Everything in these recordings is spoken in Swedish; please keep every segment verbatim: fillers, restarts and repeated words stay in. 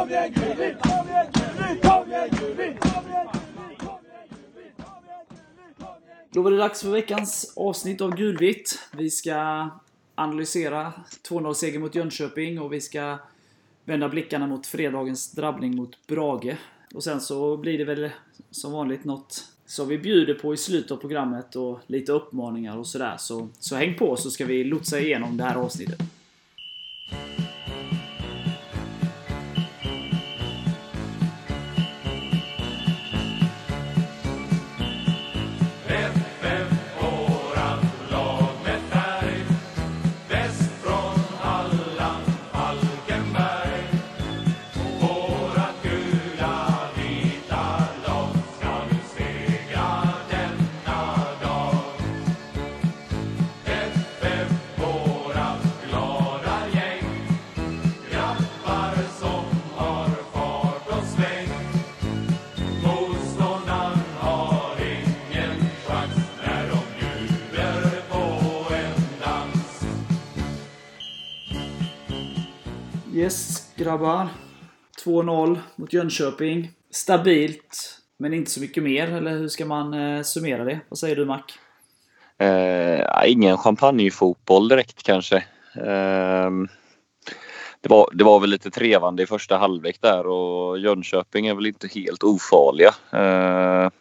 igen Gulvitt! Kom igen Gulvitt! Kom igen Gulvitt! Kom igen Gulvitt! Då var det dags för veckans avsnitt av Gulvitt. Vi ska analysera två noll-seger mot Jönköping och vi ska vända blickarna mot fredagens drabbning mot Brage. Och sen så blir det väl som vanligt något som vi bjuder på i slutet av programmet och lite uppmaningar och sådär. Så, så häng på så ska vi lotsa igenom det här avsnittet. Yes, grabbar. två noll mot Jönköping. Stabilt, men inte så mycket mer. Eller hur ska man eh, summera det? Vad säger du, Mac? Eh, ingen champagnefotboll direkt kanske. Eh, det, var, det var väl lite trevande i första halvlek där. Och Jönköping är väl inte helt ofarliga. Eh,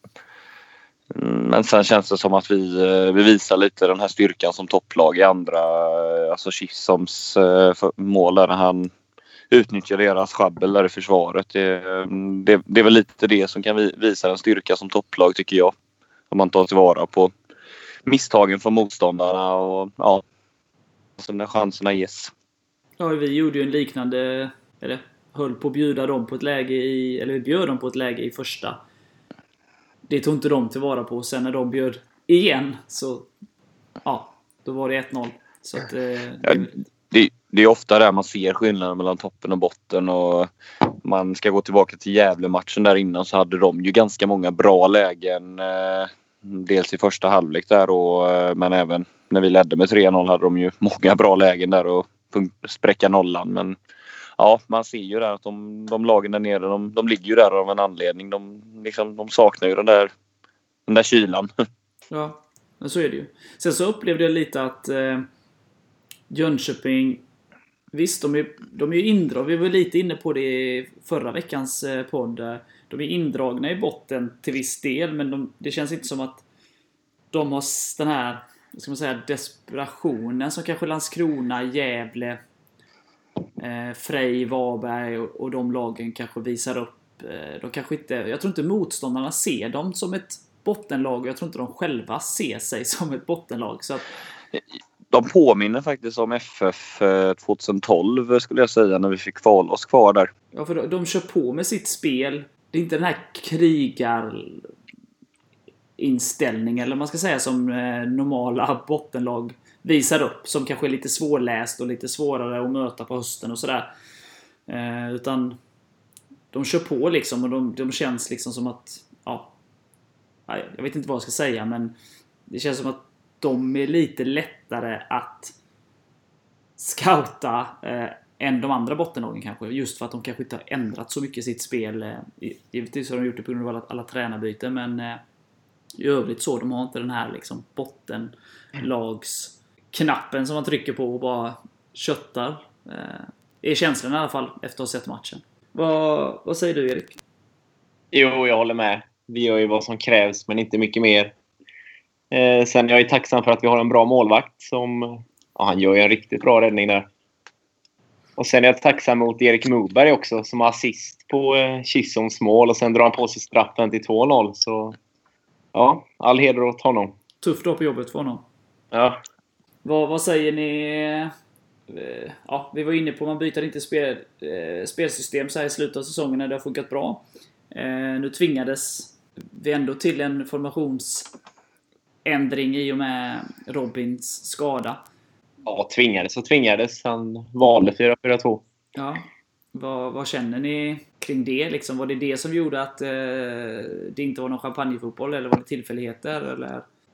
men sen känns det som att vi, vi visar lite den här styrkan som topplag i andra. Alltså Chisholms mål där när han utnyttjar deras schabbel där i försvaret. Det, det, det är väl lite det som kan visa en styrka som topplag, tycker jag. Om man tar tillvara på misstagen från motståndarna och ja, så när chanserna ges. Ja, vi gjorde ju en liknande, eller höll på att bjuda dem på ett läge i, eller vi bjöd dem på ett läge i första. Det tog inte de tillvara på. Sen när de bjöd igen så ja, då var det ett noll. Så att, eh, ja, det, det är ofta där man ser skillnaden mellan toppen och botten. Och man ska gå tillbaka till Gävle-matchen där innan, så hade de ju ganska många bra lägen. Eh, dels i första halvlek där, och, eh, men även när vi ledde med tre noll hade de ju många bra lägen där och spräcka nollan. Men ja, man ser ju där att de, de lagen där nere, de, de ligger ju där av en anledning. De, liksom, de saknar ju den där, den där kylan. Ja, men så är det ju. Sen så upplevde jag lite att eh, Jönköping, visst, de är, de är ju indragna. Vi var lite inne på det i förra veckans eh, podd. De är indragna i botten till viss del, men de, det känns inte som att de har den här, ska man säga, desperationen som kanske Landskrona, Gävle, Eh, Frej, Varberg och, och de lagen kanske visar upp. Eh, de kanske inte, jag tror inte motståndarna ser dem som ett bottenlag. Jag tror inte de själva ser sig som ett bottenlag. Så att, de påminner faktiskt om F F tjugohundratolv skulle jag säga, när vi fick kvala oss kvar där. Ja, för de, de kör på med sitt spel. Det är inte den här krigarinställningen, eller man ska säga, som eh, normala bottenlag visar upp, som kanske är lite svårläst och lite svårare att möta på hösten och sådär. Eh, utan de kör på liksom, och de, de känns liksom som att, ja, jag vet inte vad jag ska säga, men det känns som att de är lite lättare att scouta eh, än de andra bottenlagen kanske, just för att de kanske inte har ändrat så mycket sitt spel. Eh, givetvis har de gjort det på grund av alla, alla tränarbyten, men eh, i övrigt så, de har inte den här liksom bottenlags knappen som man trycker på och bara köttar. Eh, är känslan i alla fall efter att ha sett matchen. Vad, vad säger du, Erik? Jo, jag håller med. Vi gör ju vad som krävs, men inte mycket mer. Eh, sen jag är tacksam för att vi har en bra målvakt som, ja, han gör ju en riktigt bra räddning där. Och sen är jag tacksam mot Erik Moberg också, som har assist på eh, Chisholms mål, och sen drar han på sig straffen till två noll. Så ja, all heder åt honom. Tufft då på jobbet för honom. Ja. Vad, vad säger ni? Ja, vi var inne på att man byter inte spel, eh, spelsystem så här i slutet av säsongen när det har funkat bra. Eh, nu tvingades vi ändå till en formationsändring i och med Robins skada. Ja, tvingades och tvingades. Han valde fyra fyra två. Ja, vad, vad känner ni kring det? Liksom, var det det som gjorde att eh, det inte var någon champagnefotboll, eller var det tillfälligheter? Eller?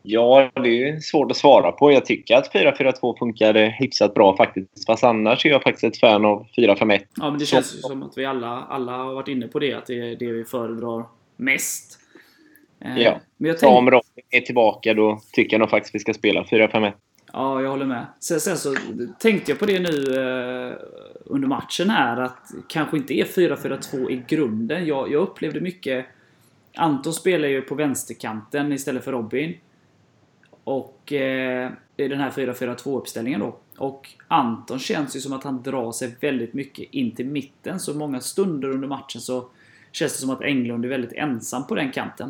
Ja, det är svårt att svara på. Jag tycker att fyra fyra två funkade hyfsat bra faktiskt. Fast annars är jag faktiskt ett fan av fyra fem ett. Ja, men det känns ju som att vi alla, alla har varit inne på det. Att det är det vi föredrar mest. Eh, Ja. Men jag Så tänk... om Robin är tillbaka, då tycker jag nog faktiskt vi ska spela fyra fem ett. Ja, jag håller med. Sen, sen så tänkte jag på det nu eh, under matchen här. Att kanske inte är fyra fyra två i grunden. Jag, jag upplevde mycket... Anton spelar ju på vänsterkanten istället för Robin. Och eh, det är den här fyra fyra två-uppställningen då. Och Anton känns ju som att han drar sig väldigt mycket in till mitten. Så många stunder under matchen så känns det som att Englund är väldigt ensam på den kanten.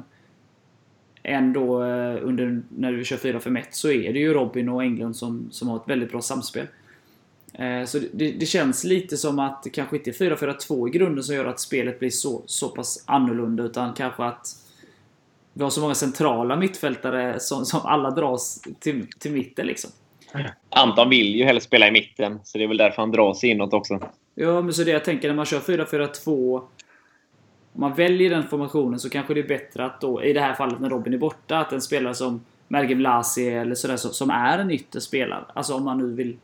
Ändå eh, under, när vi kör fyra fem ett så är det ju Robin och Englund som, som har ett väldigt bra samspel. Eh, så det, det känns lite som att det kanske inte är fyra fyra två i grunden som gör att spelet blir så, så pass annorlunda. Utan kanske att vi har så många centrala mittfältare som, som alla dras till, till mitten liksom. Anton vill ju helst spela i mitten, så det är väl därför han drar sig inåt också. Ja, men så det jag tänker när man kör fyra fyra två, om man väljer den formationen så kanske det är bättre att då, i det här fallet när Robin är borta, att en spelare som Mergim Lasi eller sådär som är en ytter spelare. Alltså om man nu vill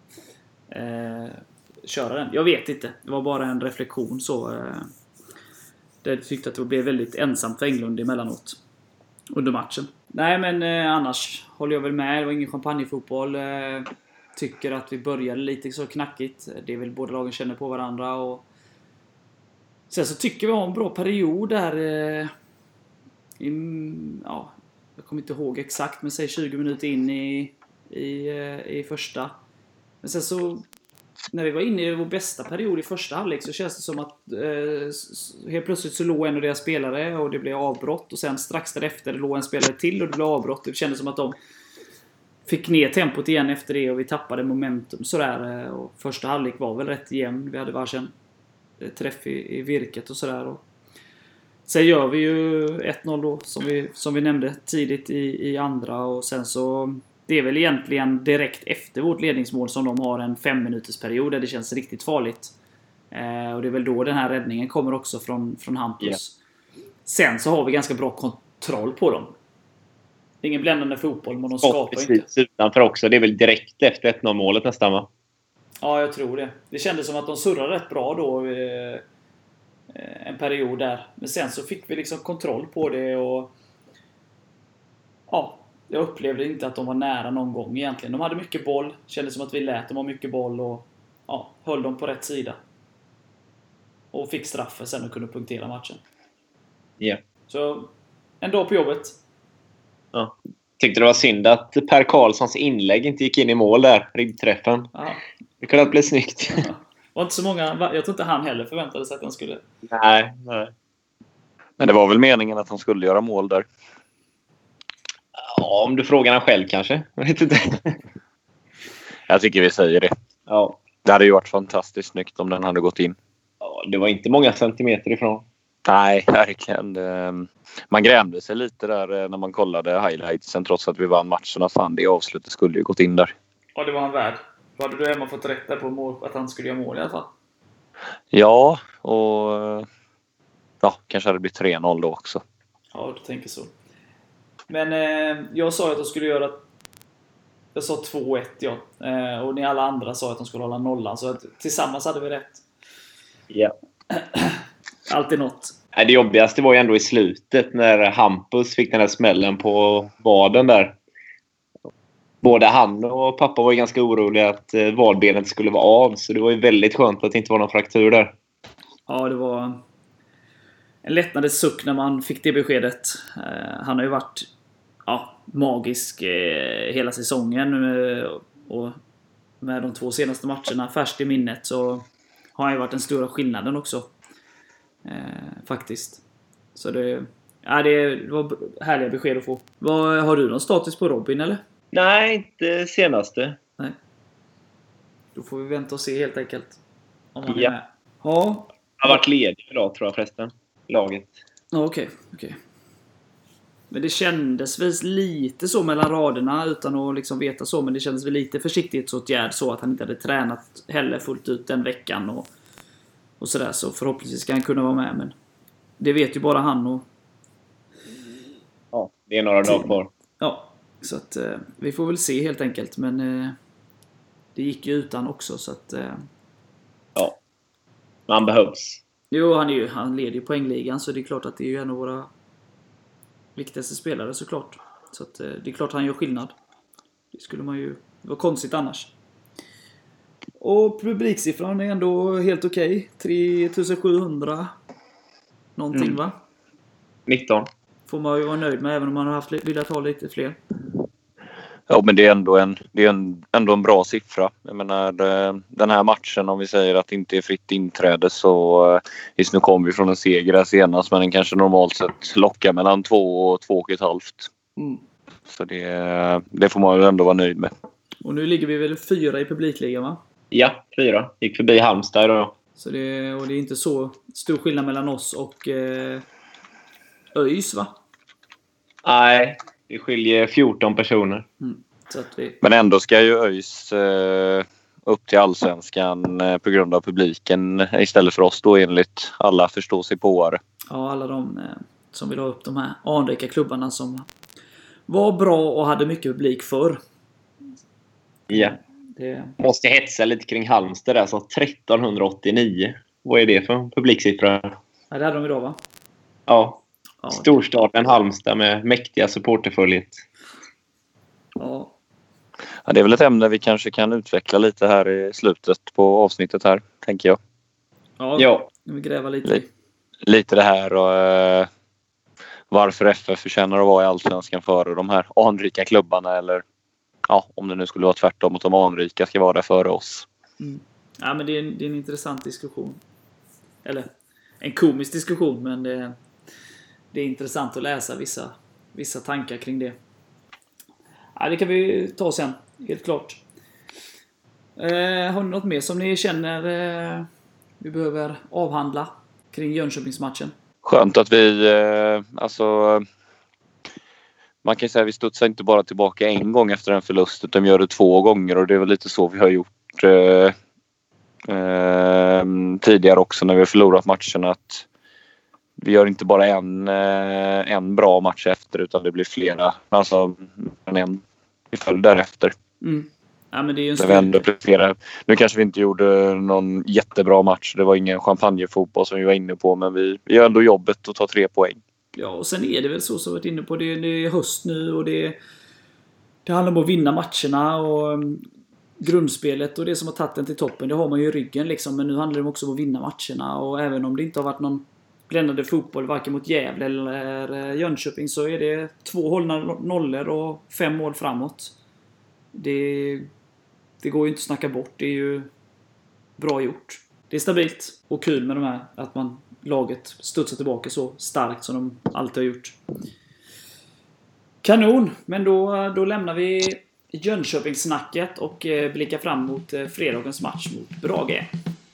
eh, köra den. Jag vet inte. Det var bara en reflektion så. Eh, där jag tyckte att det blev väldigt ensamt för Englund emellanåt under matchen. Nej, men eh, annars håller jag väl med. Det var ingen champagnefotboll. Eh, tycker att vi började lite så knackigt. Det är väl båda lagen känner på varandra. Och sen så tycker vi har en bra period där. Eh, i, ja, jag kommer inte ihåg exakt, men säg tjugo minuter in i, i, eh, i första. Men sen så när vi var inne i vår bästa period i första halvlek så känns det som att eh, helt plötsligt så låg en av deras spelare och det blev avbrott. Och sen strax därefter låg en spelare till och det blev avbrott. Det kändes som att de fick ner tempot igen efter det och vi tappade momentum sådär. Och första halvlek var väl rätt jämn. Vi hade varsin träff i, i virket och sådär. Och sen gör vi ju ett noll då som vi, som vi nämnde tidigt i, i andra. Och sen så det är väl egentligen direkt efter vårt ledningsmål som de har en fem minuters period där det känns riktigt farligt. Eh, och det är väl då den här räddningen kommer också från, från Hampus. Yeah. Sen så har vi ganska bra kontroll på dem. Det är ingen bländande fotboll, men de skapar precis inte. Utanför också. Det är väl direkt efter ett noll målet nästan, va? Ja, jag tror det. Det kändes som att de surrade rätt bra då. Eh, en period där. Men sen så fick vi liksom kontroll på det och ja, jag upplevde inte att de var nära någon gång egentligen. De hade mycket boll. Kändes som att vi lät dem ha mycket boll och ja, höll dem på rätt sida. Och fick straffen sen och kunde punktera matchen. Ja. Yeah. Så en dag på jobbet. Ja. Tyckte det var synd att Per Karlssons inlägg inte gick in i mål där. Ryggträffen. Ja. Det kunde bli snyggt. Ja. Var inte så många, jag tror inte han heller förväntade sig att han skulle. Nej, nej. Men det var väl meningen att han skulle göra mål där. Ja, om du frågar han själv kanske. Jag vet inte. Jag tycker vi säger det. Ja. Det hade ju varit fantastiskt snyggt om den hade gått in. Ja, det var inte många centimeter ifrån. Nej, verkligen. Man grämde sig lite där när man kollade highlightsen trots att vi vann matcherna. Fan, det avslutet skulle ju gått in där. Ja, det var han värd. Vad hade du hemma fått rätt där på mål, att han skulle göra mål i alla fall? Ja, och ja, kanske hade det blivit tre noll då också. Ja, du tänker så. Men eh, jag sa att de skulle göra... Jag sa två ett, ja. Eh, och ni alla andra sa att de skulle hålla nollan. Så att tillsammans hade vi rätt. Ja. Alltid något. Det jobbigaste var ju ändå i slutet när Hampus fick den här smällen på vaden där. Både han och pappa var ju ganska oroliga att vadbenet skulle vara av. Så det var ju väldigt skönt att det inte var någon fraktur där. Ja, det var en lättnadens suck när man fick det beskedet. Han har ju varit ja, magisk hela säsongen. Och med de två senaste matcherna färskt i minnet så har han ju varit den stora skillnaden också. Eh, faktiskt. Så det, ja, det var härliga besked att få. Vad, har du någon status på Robin eller? Nej, inte senaste. Nej. Då får vi vänta och se helt enkelt. Om han ja. är med. Ja. Han har varit ledig idag tror jag förresten. Laget. Ja, okej. Okay, okay. Men det kändes väl lite så mellan raderna utan att liksom veta så. Men det kändes väl lite försiktighetsåtgärd så att han inte hade tränat heller fullt ut den veckan. Och, och sådär. Så förhoppningsvis ska han kunna vara med. Men det vet ju bara han och... Ja, det är några dagar kvar. Ja, Så att eh, vi får väl se helt enkelt. Men eh, det gick ju utan också. Så att, eh, Ja. Men han behövs. jo, han, är ju, han leder ju poängligan. Så det är klart att det är ju en av våra viktigaste spelare såklart. Så att, eh, det är klart att han gör skillnad. Det skulle man ju... Det var konstigt annars. Och publiksiffran är ändå helt okej. tre tusen sjuhundra. Någonting Mm. va? nitton. Får man ju vara nöjd med även om man har haft, velat ha lite fler. Ja, men det är ändå en, det är en, ändå en bra siffra. Jag menar, eh, den här matchen, om vi säger att det inte är fritt inträde, så eh, just nu kom vi från en seger här senast, men den kanske normalt sett lockar mellan två och två och ett halvt. Mm. Så det, det får man ju ändå vara nöjd med. Och nu ligger vi väl fyra i publikligan va? Ja, fyra. Gick förbi Halmstad idag. Så det, och det är inte så stor skillnad mellan oss och eh, ÖIS va? Nej, det skiljer fjorton personer. Mm. Så att vi, Men ändå ska ju ÖIS eh, upp till allsvenskan eh, på grund av publiken istället för oss då, enligt alla förstår sig påare. ja, alla de eh, som vill ha upp de här anrika klubbarna som var bra och hade mycket publik förr. Ja. Det, Måste hetsa lite kring Halmstad där, så tretton åttionio. Vad är det för publiksiffra? ja, det hade de idag va? Ja, Ja, storstaden Halmstad med mäktiga supporterföljet. ja. Ja, det är väl ett ämne vi kanske kan utveckla lite här i slutet på avsnittet här, tänker jag. Ja, Ja. nu vill vi gräva lite i. Lite det här och eh, varför F F förtjänar att vara i allsvenskan före de här anrika klubbarna, eller ja, om det nu skulle vara tvärtom, att de anrika ska vara där före oss. Mm. Ja, men det är, en, det är en intressant diskussion. Eller en komisk diskussion, men det, det är intressant att läsa vissa, vissa tankar kring det. Ja, det kan vi ta sen, helt klart. Eh, har ni något mer som ni känner eh, vi behöver avhandla kring Jönköpingsmatchen? Skönt att vi, eh, alltså man kan säga att vi studsar inte bara tillbaka en gång efter en förlust, utan vi gör det två gånger, och det är väl lite så vi har gjort eh, eh, tidigare också när vi har förlorat matcherna, att vi gör inte bara en, eh, en bra match efter, utan det blir flera, alltså en i följd därefter. Mm. Ja, men det är ju en Så vi ändå presterar. Nu kanske vi inte gjorde någon jättebra match, det var ingen champagnefotboll som vi var inne på, men vi, vi gör ändå jobbet och tar tre poäng. Ja, och sen är det väl så som vi varit inne på. Det, det är höst nu och det, det handlar om att vinna matcherna och um, grundspelet och det som har tagit den till toppen. Det har man ju i ryggen liksom. Men nu handlar det också om att vinna matcherna. Och även om det inte har varit någon bländande fotboll varken mot Gävle eller Jönköping, så är det två hållna nollor och fem mål framåt. Det, det går ju inte att snacka bort. Det är ju bra gjort. Det är stabilt och kul med de här, att man laget studsar tillbaka så starkt som de alltid har gjort. Kanon, men då, då lämnar vi Jönköpingssnacket och blickar fram mot fredagens match mot Brage.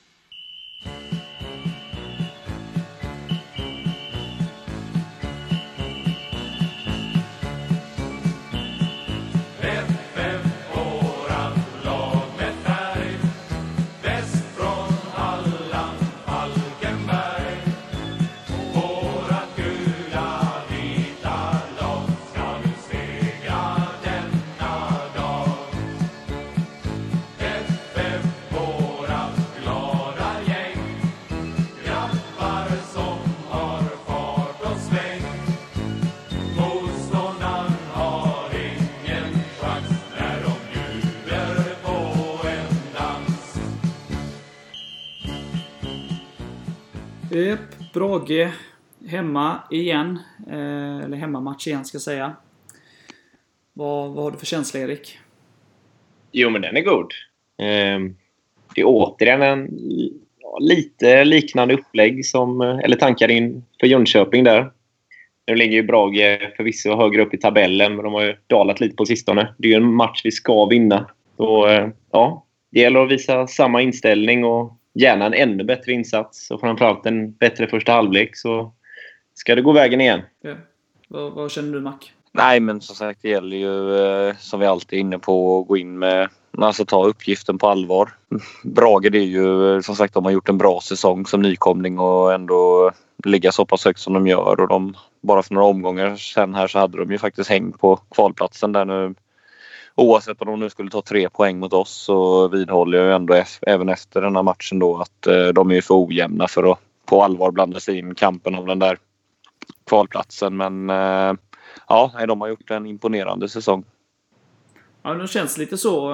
Upp, Brage hemma igen, eh, eller hemmamatch igen ska jag säga. Vad, vad har du för känsla, Erik? Jo, men den är god. Eh, det är återigen en ja, lite liknande upplägg som, eller tankar in för Jönköping där. Nu ligger ju Brage förvisso högre upp i tabellen, men de har ju dalat lite på sistone. Det är ju en match vi ska vinna. Så eh, ja, det gäller att visa samma inställning och gärna en ännu bättre insats och framförallt en bättre första halvlek, så ska det gå vägen igen. Ja. Vad, vad känner du, Mac? Nej, men som sagt, det gäller ju eh, som vi alltid är inne på att gå in med, alltså ta uppgiften på allvar. Brage, det är ju som sagt, de har gjort en bra säsong som nykomling och ändå ligga så pass högt som de gör. Och de, bara för några omgångar sen här så hade de ju faktiskt häng på kvalplatsen där nu. Oavsett om de nu skulle ta tre poäng mot oss så vidhåller jag ju ändå f- även efter den här matchen då att eh, de är för ojämna för att på allvar blanda sig in kampen om den där kvalplatsen. Men eh, ja, de har gjort en imponerande säsong. Ja, det känns lite så.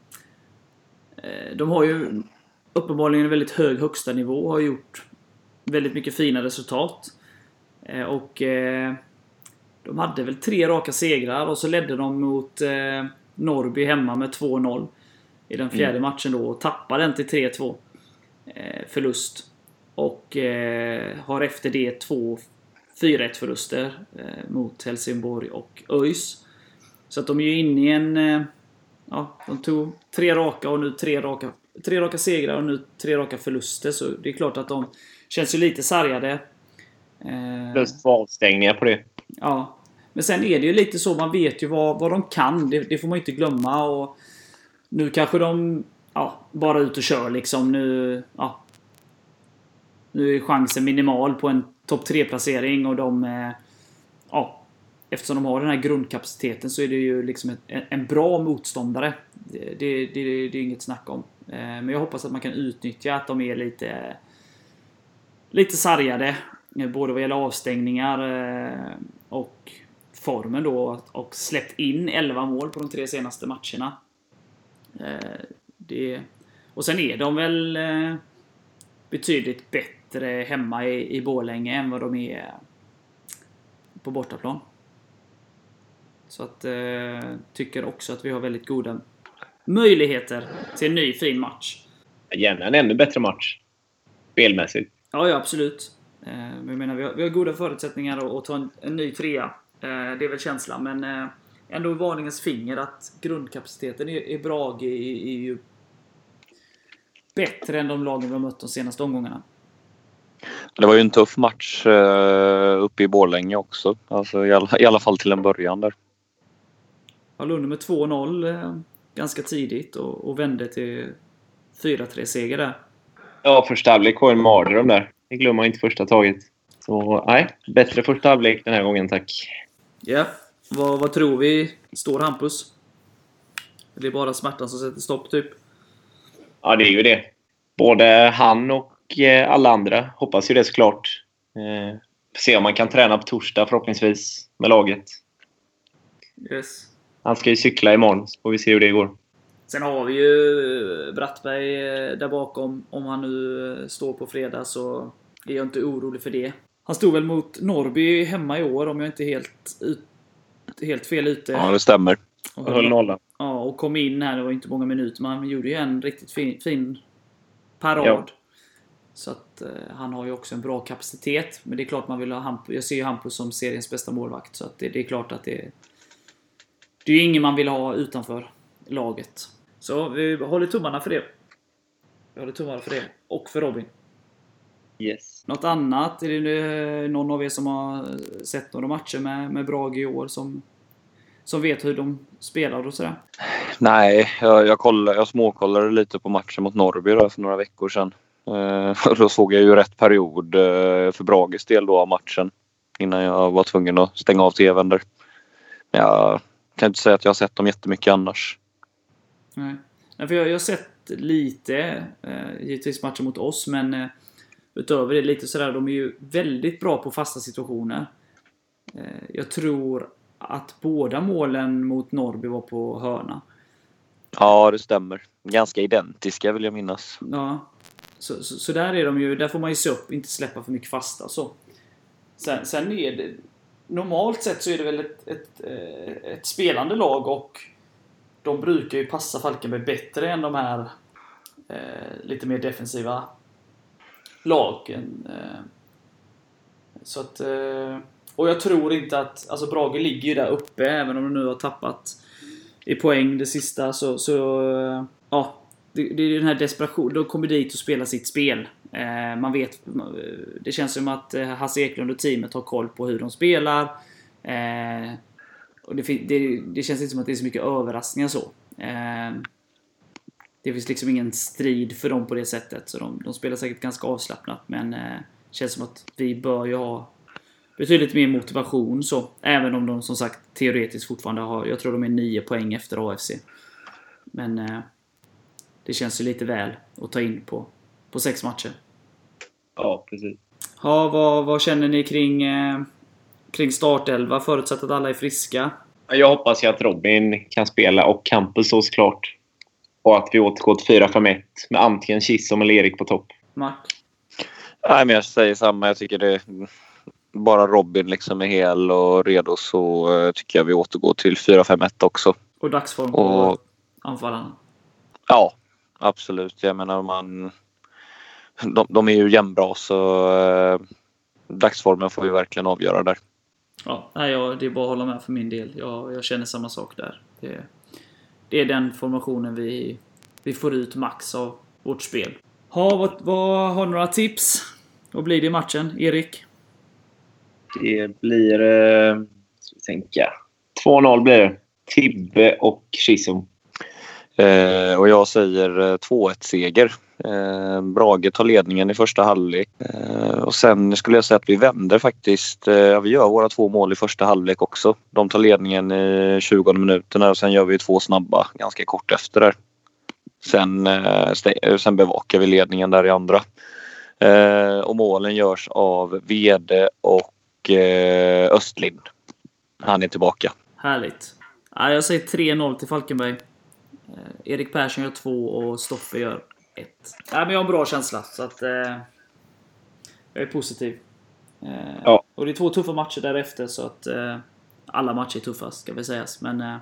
Eh, de har ju uppenbarligen en väldigt hög högsta nivå och har gjort väldigt mycket fina resultat. Eh, och eh, de hade väl tre raka segrar och så ledde de mot eh, Norrby hemma med två noll i den fjärde mm. matchen då och tappade den till tre två eh, förlust. Och eh, har efter det två fyra ett förluster eh, mot Helsingborg och ÖIS. Så att de är ju inne i en... Eh, ja, de tog tre raka och nu tre raka, tre raka segrar och nu tre raka förluster. Så det är klart att de känns ju lite sargade. Eh, Plus två avstängningar på det. Ja. Men sen är det ju lite så, man vet ju vad, vad de kan. Det, det får man inte glömma. Och nu kanske de ja, bara ut och kör liksom. Nu, ja, nu är chansen minimal på en topp tre placering och de... Eh, ja, eftersom de har den här grundkapaciteten så är det ju liksom en, en bra motståndare. Det, det, det, det är inget snack om. Eh, men jag hoppas att man kan utnyttja att de är lite... Lite sargade. Både vad gäller avstängningar eh, och formen då. Och släppt in elva mål på de tre senaste matcherna. Eh, det, och sen är de väl eh, betydligt bättre hemma i, i Borlänge än vad de är på bortaplan. Så att eh, tycker också att vi har väldigt goda möjligheter till en ny fin match. Gärna en ännu bättre match. Spelmässigt. Ja, ja absolut. Eh, men jag menar, vi har, vi har goda förutsättningar att, att ta en, en ny trea. Eh, det är väl känslan. Men eh, ändå varningens finger att grundkapaciteten är, är bra är, är ju bättre än de lagen vi har mött de senaste omgångarna. Det var ju en tuff match uh, uppe i Borlänge också. Alltså, i, alla, I alla fall till en början där. Ja, Lund med två noll eh, ganska tidigt och, och vände till fyra tre seger där. Ja, första halvlek var en mardröm där. Det glömmer man inte första taget. Så nej, bättre första halvlek den här gången, tack. Ja, vad, vad tror vi står Hampus? Det är bara smärtan som sätter stopp typ. Ja, det är ju det. Både han och eh, alla andra hoppas ju det såklart. Eh, se om man kan träna på torsdag förhoppningsvis med laget. Yes. Han ska ju cykla imorgon, så får vi se hur det går. Sen har vi ju Brattberg där bakom. Om han nu står på fredag så är jag inte orolig för det. Han stod väl mot Norrby hemma i år om jag inte är helt, ut, helt fel ute. Ja, det stämmer. Och höll nolla. Ja, och kom in här. Det var inte många minuter, men han gjorde ju en riktigt fin, fin parad. Ja. Så att eh, han har ju också en bra kapacitet. Men det är klart man vill ha Hampus. Jag ser ju Hampus som seriens bästa målvakt. Så att det, det är klart att det det är ju ingen man vill ha utanför laget. Så vi håller tummarna för det. Vi håller tummarna för det. Och för Robin. Yes. Något annat? Är det någon av er som har sett några matcher med, med Brage i år som, som vet hur de spelar och sådär? Nej, jag, jag, koll, jag småkollade lite på matchen mot Norrby då för några veckor sedan. Uh, då såg jag ju rätt period uh, för Brages del då av matchen. Innan jag var tvungen att stänga av tvn där. Men jag kan inte säga att jag har sett dem jättemycket annars. Nej, Nej för jag, jag har sett lite, eh, givetvis matcher mot oss, men eh, utöver det lite sådär, de är ju väldigt bra på fasta situationer. Eh, jag tror att båda målen mot Norrby var på hörna. Ja, det stämmer. Ganska identiska vill jag minnas. Ja, så, så, så där är de ju, där får man ju se upp, inte släppa för mycket fasta så. Sen, sen är det, normalt sett så är det väl ett, ett, ett, ett spelande lag och de brukar ju passa Falkenberg bättre än de här eh, lite mer defensiva lagen. Eh, så att, eh, och jag tror inte att, alltså Brage ligger ju där uppe även om de nu har tappat i poäng det sista så, så eh, ja, det, det är den här desperationen. De kommer dit och spelar sitt spel. Eh, man vet, det känns som att Hasse Eklund och teamet har koll på hur de spelar. Eh, och det, det, det känns inte som att det är så mycket överraskningar så. Eh, det finns liksom ingen strid för dem på det sättet. Så de, de spelar säkert ganska avslappnat. Men eh, känns som att vi bör ju ha betydligt mer motivation så. Även om de som sagt teoretiskt fortfarande har, jag tror de är nio poäng efter A F C. Men eh, det känns ju lite väl att ta in på, på sex matcher. Ja, precis. Ja, vad, vad känner ni kring, eh, kring startelva förutsatt att alla är friska? Jag hoppas ju att Robin kan spela och Campus så såklart. Och att vi återgår till fyra fem ett med antingen Chisholm eller Erik på topp. Mark? Nej, men jag säger samma. Jag tycker det bara Robin liksom är hel och redo, så uh, tycker jag vi återgår till fyra fem ett också. Och dagsform på och, anfallarna? Ja, absolut. Jag menar, man, de, de är ju jämnbra, så uh, dagsformen får vi verkligen avgöra där. Ja, nej, jag, det är bara att hålla med för min del. Jag, jag känner samma sak där. Det, det är den formationen vi, vi får ut max av vårt spel. Ha, vad, vad, har några tips? Vad blir det i matchen, Erik? Det blir... Eh, ska vi tänka. två noll blir det. Tibbe och Chisholm. Eh, och jag säger två ett seger. Eh, Brage tar ledningen i första halvlek. Eh, och sen skulle jag säga att vi vänder faktiskt. Eh, vi gör våra två mål i första halvlek också. De tar ledningen i tjugo minuterna och sen gör vi två snabba ganska kort efter där. Sen, eh, st- sen bevakar vi ledningen där i andra. Eh, och målen görs av Vede och eh, Östlind. Han är tillbaka. Härligt. Ja, jag säger tre noll till Falkenberg. Eh, Erik Persson gör två och Stoffe gör ett. Ja, men jag har en bra känsla, så att eh, jag är positiv. Eh, Ja. Och det är två tuffa matcher därefter, så att eh, alla matcher är tuffa, ska vi sägas. Men eh,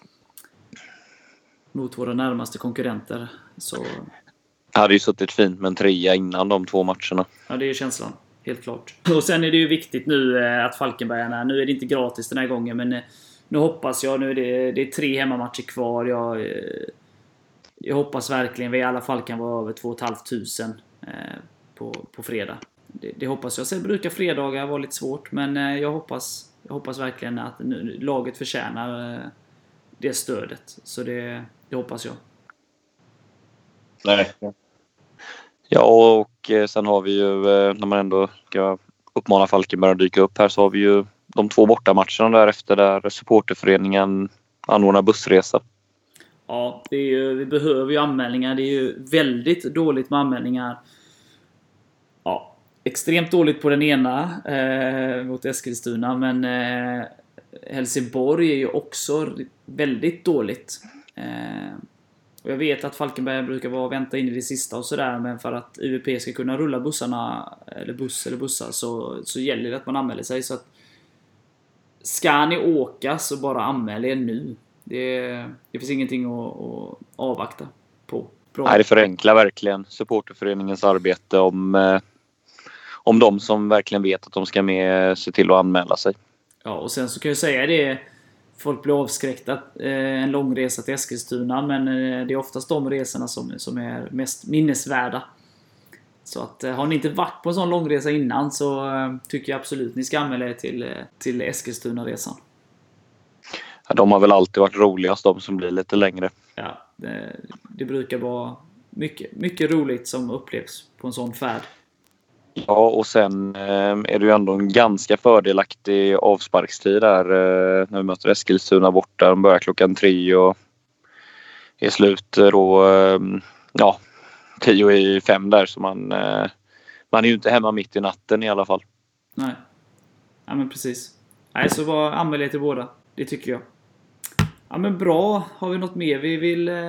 mot våra närmaste konkurrenter så... Det hade ju suttit fint med en trea innan de två matcherna. Ja, det är känslan. Helt klart. Och sen är det ju viktigt nu eh, att Falkenbergarna... Nu är det inte gratis den här gången, men eh, nu hoppas jag... Nu är det, det är tre hemmamatcher kvar. Jag, eh, jag hoppas verkligen vi i alla fall kan vara över två tusen femhundra eh, på, på fredag. Det, det hoppas jag. Sen brukar fredagar vara lite svårt, men eh, jag hoppas jag hoppas verkligen att nu, laget förtjänar eh, det stödet. Så det, det hoppas jag. Nej. Ja, och sen har vi ju, när man ändå ska uppmana Falkenberg att dyka upp här, så har vi ju de två bortamatcherna därefter där supporterföreningen anordnar bussresa. Ja, det är ju, vi behöver ju anmälningar. Det är ju väldigt dåligt med anmälningar. Ja, extremt dåligt på den ena eh, mot Eskilstuna, men eh, Helsingborg är ju också väldigt dåligt. Eh, och jag vet att Falkenberg brukar vara vänta in i det sista och sådär, men för att U V P ska kunna rulla bussarna, eller buss eller bussar, så, så gäller det att man anmäler sig. Så att ska ni åka, så bara anmäl er nu. Det, det finns ingenting att, att avvakta på. Bra. Nej, det förenklar verkligen supporterföreningens arbete om, eh, om de som verkligen vet att de ska med se till att anmäla sig. Ja, och sen så kan jag säga det, folk blir avskräckta eh, en lång resa till Eskilstuna, men eh, det är oftast de resorna som, som är mest minnesvärda. Så att eh, har ni inte varit på en sån lång resa innan, så eh, tycker jag absolut ni ska anmäla er till, eh, till Eskilstuna-resan. Ja, de har väl alltid varit roligast, de som blir lite längre. Ja, det, det brukar vara mycket, mycket roligt som upplevs på en sån färd. Ja, och sen eh, är det ju ändå en ganska fördelaktig avsparkstid där eh, när vi möter Eskilstuna borta. De börjar klockan tre och är slut då, eh, ja, tio i fem där. Så man, eh, man är ju inte hemma mitt i natten i alla fall. Nej, ja men precis. Nej, så var anmäl er till båda. Det tycker jag. Ja men bra, har vi något mer vi vill... Eh...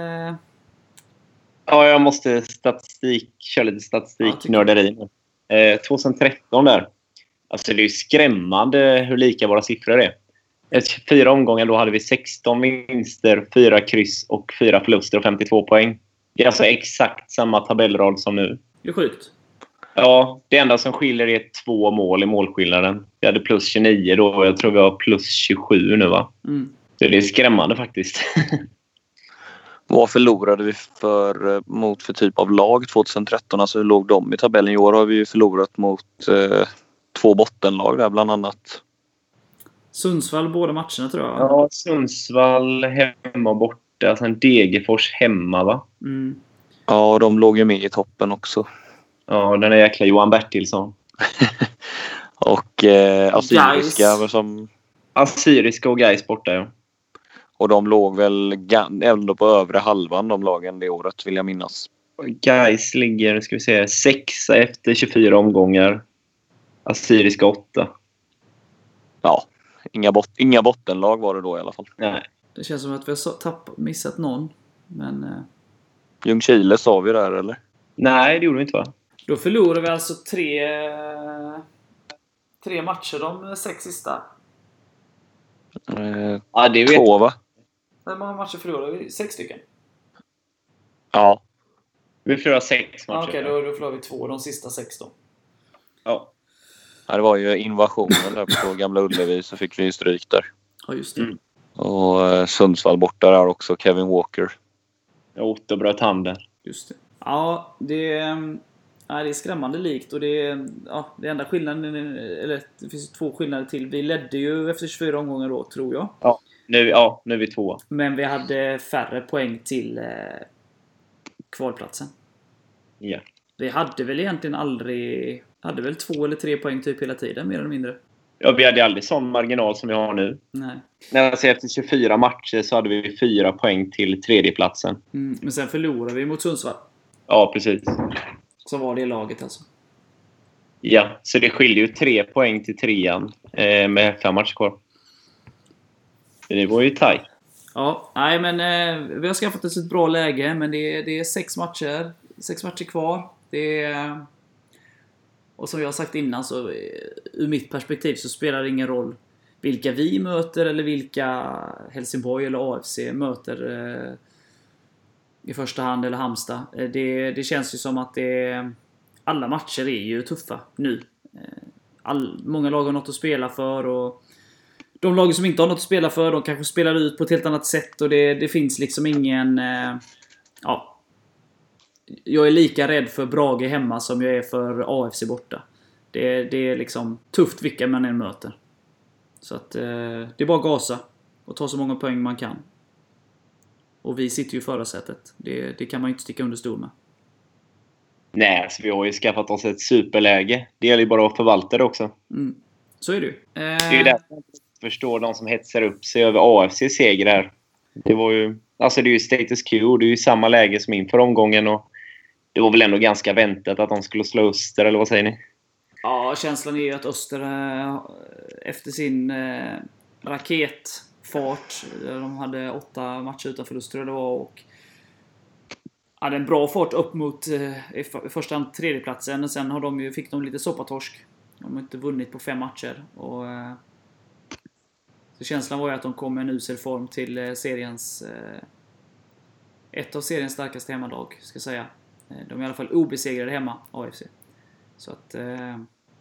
Ja, jag måste statistik, köra lite statistik, Ja, nörderi. Eh, tjugohundratretton där. Alltså det är ju skrämmande hur lika våra siffror är. Efter fyra omgångar då hade vi sexton vinster, fyra kryss och fyra förluster och femtiotvå poäng. Det är alltså exakt samma tabellrad som nu. Det är sjukt. Ja, det enda som skiljer är två mål i målskillnaden. Vi hade plus tjugonio då och jag tror vi har plus tjugosju nu, va? Mm. Så det är skrämmande faktiskt. Vad förlorade vi för, mot för typ av lag tjugohundratretton? Alltså hur låg de i tabellen? I år har vi ju förlorat mot eh, två bottenlag där bland annat. Sundsvall båda matcherna tror jag. Ja, Sundsvall hemma och borta. Sen Degerfors hemma, va? Mm. Ja, de låg ju med i toppen också. Ja, den är jäkla Johan Bertilsson. och eh, Assyriska Gais. som... Assyriska och Gais borta, ja. Och de låg väl ändå på övre halvan, de lagen det året, vill jag minnas. Gais ligger, ska vi säga, sexa efter tjugofyra omgångar. Assyriska åtta. Ja, inga, bot- inga bottenlag var det då i alla fall. Nej. Det känns som att vi har tapp- missat någon. Men eh, Ljungskile sa vi där, eller? Nej, det gjorde vi inte, va? då förlorar vi alltså tre, tre matcher de sex sista. Eh, Ja, det vet två, va? Hur många matcher förlorar vi? Sex stycken? Ja. vi. förlorar sex matcher. Ah, Okej, okay, då, då förlorar vi två. De sista sex då. Ja. Ja, det var ju invasionen där på Gamla Ullevi, så fick vi stryk där. Ja, just det. Mm. Och eh, Sundsvall borta där också, Kevin Walker. Otto bröt handen. Just det. Ja, det är, ja, det är skrämmande likt. Och det är, ja, det enda skillnaden, eller det finns två skillnader till. Vi ledde ju efter tjugofyra omgångar då, tror jag. Ja, nu, ja, nu är vi två. Men vi hade färre poäng till eh, kvalplatsen. Ja. Vi hade väl egentligen aldrig... Hade väl två eller tre poäng typ hela tiden, mer eller mindre. Ja, vi hade aldrig sån marginal som vi har nu. Nej. När jag säger efter tjugofyra matcher så hade vi fyra poäng till tredjeplatsen. Mm, men sen förlorade vi mot Sundsvall. Ja, precis. Som var det laget alltså. Ja, så det skiljer ju tre poäng till trean eh, med fem matcher kvar. Det var ju tajt. Ja, nej men eh, vi har skaffat oss ett bra läge. Men det är, det är sex matcher. Sex matcher kvar. Det är... Och som jag har sagt innan så ur mitt perspektiv så spelar det ingen roll vilka vi möter eller vilka Helsingborg eller A F C möter eh, i första hand eller Halmstad. Det, det känns ju som att det, alla matcher är ju tuffa nu. All, många lag har något att spela för och de lag som inte har något att spela för, de kanske spelar ut på ett helt annat sätt och det, det finns liksom ingen... Eh, ja... Jag är lika rädd för Brage hemma som jag är för A F C borta. Det, det är liksom tufft vilka man än möter. Så att eh, det är bara att gasa och ta så många poäng man kan. Och vi sitter ju i förarsätet. Det, det kan man ju inte sticka under stol med. Nej, så vi har ju skaffat oss ett superläge. Det gäller ju bara att förvalta det också. Mm. Så är det ju. Eh... Det är ju därför jag inte förstår de som hetsar upp sig över A F C-seger här. Det var ju... Alltså det är ju status quo. Det är ju samma läge som inför omgången och det var väl ändå ganska väntat att de skulle slå Öster, eller vad säger ni? Ja, känslan är ju att Öster efter sin eh, raketfart, de hade åtta matcher utan förlust tror jag det var, och hade en bra fart upp mot eh, i första hand tredjeplatsen, och sen har de ju, fick de lite soppatorsk. De har inte vunnit på fem matcher och eh, så känslan var ju att de kom med en usel form till eh, seriens eh, ett av seriens starkaste hemmalag, ska jag säga. De är i alla fall obesegrade hemma, A F C. Så att... Eh,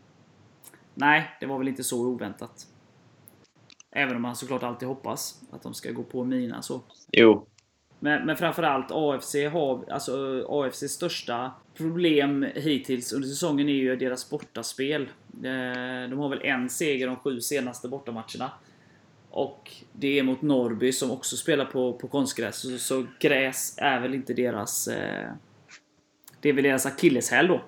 nej, det var väl inte så oväntat. Även om man såklart alltid hoppas att de ska gå på mina så. Jo. Men, men framförallt A F C har... Alltså A F C:s största problem hittills under säsongen är ju deras bortaspel. Eh, de har väl en seger de sju senaste bortamatcherna. Och det är mot Norrby som också spelar på, på konstgräs. Så, så gräs är väl inte deras... Eh, det är väl deras akilleshäl då.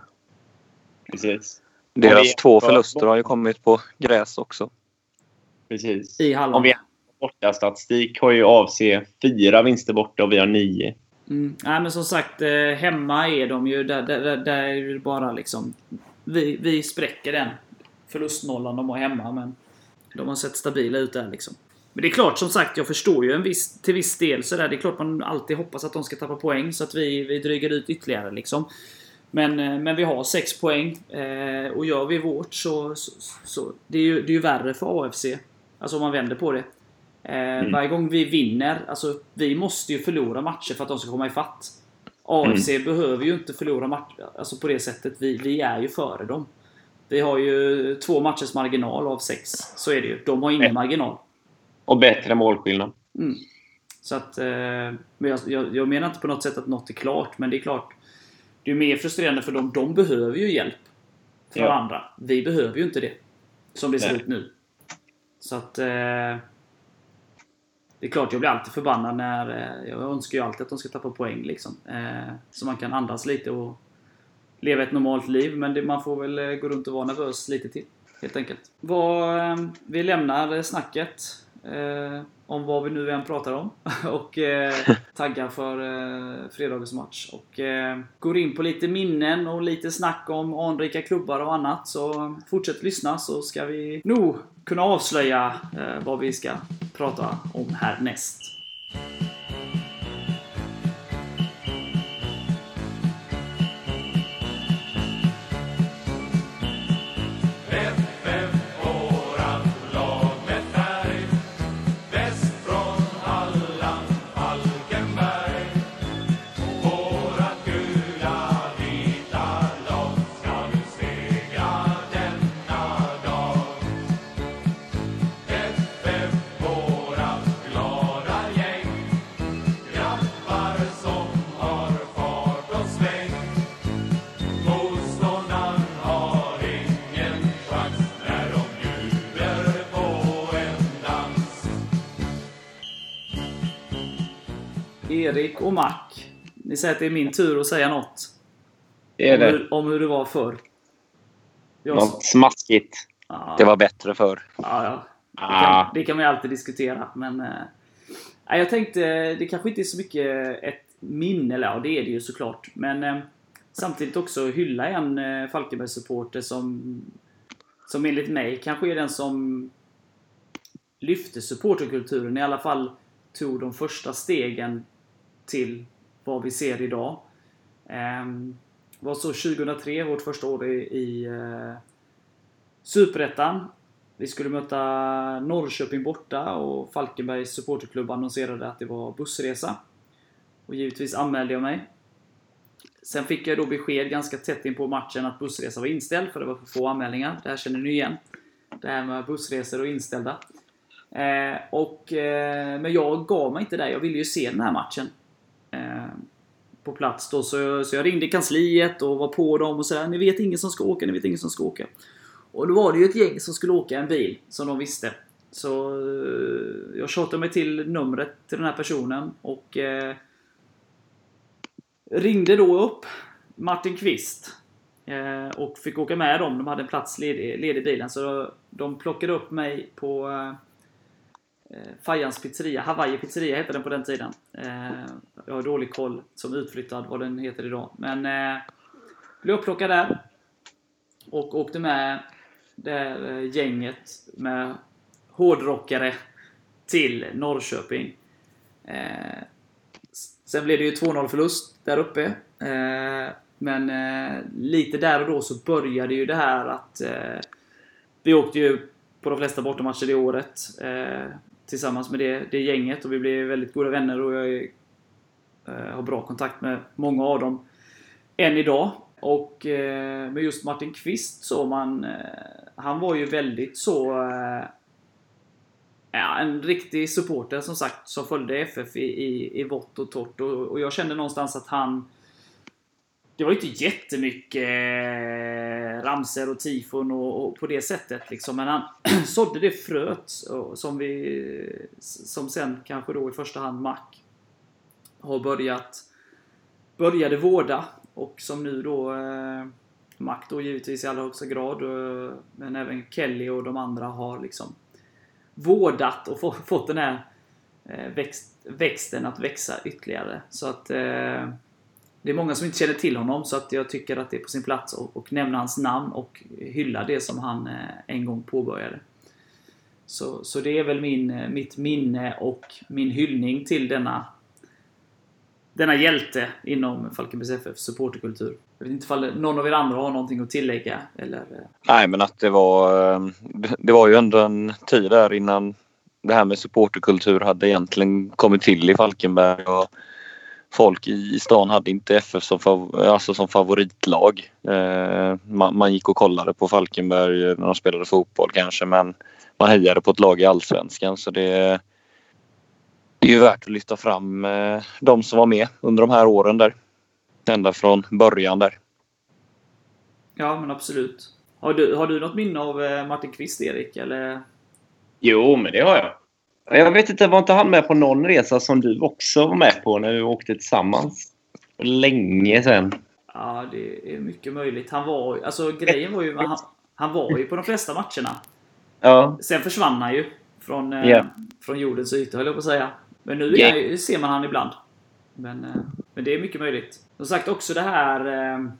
Precis. Deras vi, två förluster har ju kommit på gräs också. Precis. I Halland. Om vi har borta statistik har ju A F C fyra vinster borta och vi har nio. Mm. Nej, men som sagt, hemma är de ju... Där, där, där är det bara liksom... Vi, vi spräcker den förlustnollan de har hemma, men de har sett stabila ut där liksom. Men det är klart, som sagt, jag förstår ju en viss, till viss del så där. Det är klart man alltid hoppas att de ska tappa poäng så att vi, vi drygar ut ytterligare liksom. Men, men vi har sex poäng eh, och gör vi vårt så, så, så det är ju det är ju värre för A F C. Alltså om man vänder på det. Eh, mm. Varje gång vi vinner, alltså vi måste ju förlora matcher för att de ska komma i fatt. A F C mm. behöver ju inte förlora matcher alltså på det sättet. Vi, vi är ju före dem. Vi har ju två matchers marginal av sex. Så är det ju. De har ingen marginal. Och bättre målskillnad. Mm. Så att, eh, men jag, jag, jag menar inte på något sätt att något är klart. Men det är klart, det är mer frustrerande för dem. De behöver ju hjälp från ja. andra. Vi behöver ju inte det. Som det ser Nej. ut nu. Så att, eh, det är klart, jag blir alltid förbannad när, eh, jag önskar ju alltid att de ska tappa poäng liksom. Eh, så man kan andas lite och leva ett normalt liv. Men det, man får väl eh, gå runt och vara nervös lite till, helt enkelt. Vad, eh, vi lämnar snacket eh, om vad vi nu än pratar om. och eh, taggar för eh, fredagens match. Och eh, går in på lite minnen och lite snack om anrika klubbar och annat. Så fortsätt lyssna, så ska vi nog kunna avslöja eh, vad vi ska prata om härnäst. Erik och Mac, ni säger att det är min tur att säga något. Det är om, det. hur, om hur det var förr. Jag Något sa- smaskigt. Ja, Det var bättre förr. ja, ja. Det, Ah. kan, det kan man ju alltid diskutera. Men eh, nej, jag tänkte, det kanske inte är så mycket ett minne, eller ja, det är det ju såklart. Men eh, samtidigt också hylla en eh, Falkenberg-supporter som, som enligt mig kanske är den som lyfte supporterkulturen, i alla fall tog de första stegen till vad vi ser idag. Ehm, var så tjugohundratre, vårt första år i, i eh, Superettan. Vi skulle möta Norrköping borta och Falkenbergs supporterklubb annonserade att det var bussresa. Och givetvis anmälde jag mig. Sen fick jag då besked ganska tätt in på matchen att bussresa var inställd, för det var för få anmälningar. Det här känner ni igen. Det här med bussresor och inställda. Eh, och, eh, men jag gav mig inte där. Jag ville ju se den här matchen eh, på plats då. Så, så jag ringde kansliet och var på dem och sa: ni vet ingen som ska åka, ni vet ingen som ska åka. Och då var det ju ett gäng som skulle åka en bil, som de visste. Så eh, jag tjatade mig till numret till den här personen och eh, ringde då upp Martin Kvist eh, och fick åka med dem. De hade en plats ledig, ledig i bilen, så de plockade upp mig på eh, Fajans pizzeria. Hawaii pizzeria hette den på den tiden. Eh, jag har dålig koll som utflyttad vad den heter idag. Men eh, blev upplockad där och åkte med det eh, gänget med hårdrockare till Norrköping. Eh, sen blev det ju två noll förlust där uppe. Eh, men eh, lite där och då så började ju det här att eh, vi åkte ju på de flesta bortamatcher det året eh, tillsammans med det, det gänget, och vi blev väldigt goda vänner, och jag eh, har bra kontakt med många av dem än idag. Och eh, med just Martin Kvist så man eh, han var ju väldigt så eh, ja, en riktig supporter som sagt, som följde F F i, i, i vått och torrt, och, och jag kände någonstans att han, det var ju inte jättemycket eh, ramser och tifon och, och på det sättet liksom, men han sådde det fröet och, som vi som sen kanske då i första hand Mac har börjat började vårda, och som nu då eh, Mac då givetvis i allra högsta grad, eh, men även Kelly och de andra har liksom vårdat och få, fått den här eh, växt, växten att växa ytterligare. Så att eh, det är många som inte känner till honom, så att jag tycker att det är på sin plats att och nämna hans namn och hylla det som han eh, en gång påbörjade. Så, så det är väl min, mitt minne och min hyllning till denna denna hjälte inom Falkenbergs F F supporterkultur. Jag vet inte om någon av er andra har någonting att tillägga eller. Nej, men att det var det var ju ändå en tid där innan det här med supporterkultur hade egentligen kommit till i Falkenberg, och folk i stan hade inte F F som, fav- alltså som favoritlag. Eh, man, man gick och kollade på Falkenberg när de spelade fotboll kanske, men man hejade på ett lag i Allsvenskan, så det, det är ju värt att lyfta fram eh, de som var med under de här åren där. Ända från början där. Ja, men absolut. Har du, har du något minne av Martin Kvist, Erik? Eller? Jo, men det har jag. Jag vet inte, var inte han med på någon resa som du också var med på när vi åkte tillsammans? Länge sedan. Ja, det är mycket möjligt. Han var, alltså grejen var ju, han, han var ju på de flesta matcherna. Ja. Sen försvann han ju från, eh, Yeah. från jordens yta, höll jag på att säga. Men nu är Yeah. han, ju- ser man han ibland. Men, eh, men det är mycket möjligt. Som sagt också det här... Eh,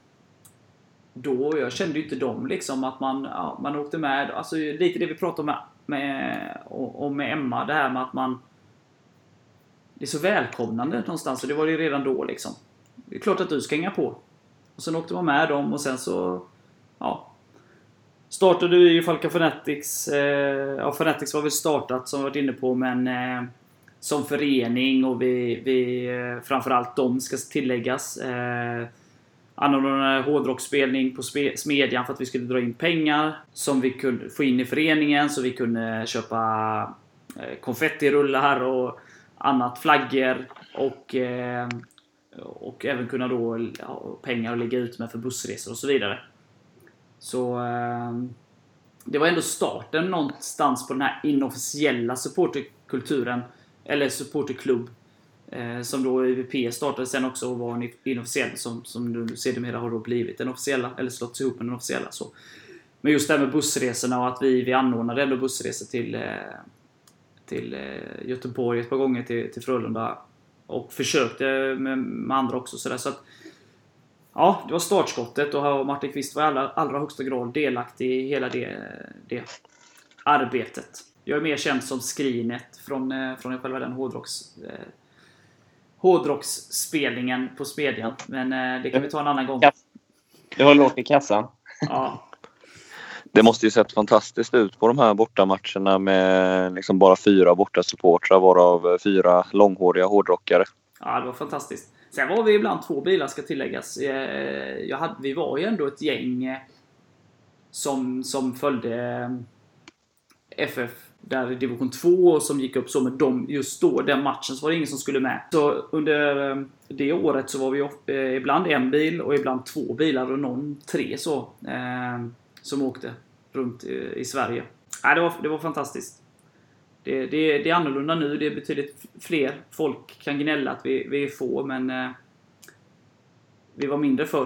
då, jag kände ju inte dem liksom, att man, ja, man åkte med. Alltså lite det vi pratade om med, med, och, och med Emma. Det här med att man... Det är så välkomnande någonstans. Och det var det ju redan då liksom. Det är klart att du ska hänga på. Och sen åkte man med dem och sen så... Ja... Startade vi ju Falcon Fanatics. Eh, ja, Fanatics var väl startat som vi varit inne på, men eh, som förening och vi, vi eh, framförallt de ska tilläggas. Eh, anordnade hårdrocksspelning på spe, Smedjan för att vi skulle dra in pengar som vi kunde få in i föreningen, så vi kunde köpa eh, konfettirullar och annat, flaggor och eh, och även kunna då ja, pengar att ligga ut med för bussresor och så vidare. Så eh, det var ändå starten någonstans på den här inofficiella supporterkulturen, eller supporterklubb, eh, som då U V P startade sen också och var en inofficiell som, som nu sedermera har då blivit den officiella, eller slått ihop med den officiella. Så. Men just det här med bussresorna och att vi, vi anordnade ändå bussresor till, eh, till eh, Göteborg ett par gånger, till, till Frölunda, och försökte med, med andra också. Så, där, så att ja, det var startskottet, och Martin Kvist var i allra, allra högsta grad delaktig i hela det, det arbetet. Jag är mer känd som Skrinet från, från själva den hårdrocks, eh, hårdrocksspelningen på Smedjan. Men eh, det kan vi ta en annan gång. Det har lågt i kassan. Ja. Det måste ju sett fantastiskt ut på de här bortamatcherna med liksom bara fyra bortasupportrar, varav fyra långhåriga hårdrockare. Ja, det var fantastiskt. Sen var vi ibland två bilar, ska tilläggas. Jag hade, vi var ju ändå ett gäng som, som följde F F där i division två, som gick upp så med dem just då. Den matchen så var det ingen som skulle med. Så under det året så var vi ibland en bil och ibland två bilar och någon tre så eh, som åkte runt i, i Sverige. Ja, det var, det var fantastiskt. Det, det, det är annorlunda nu. Det är betydligt fler. Folk kan gnälla att vi, vi är få, men eh, vi var mindre förr.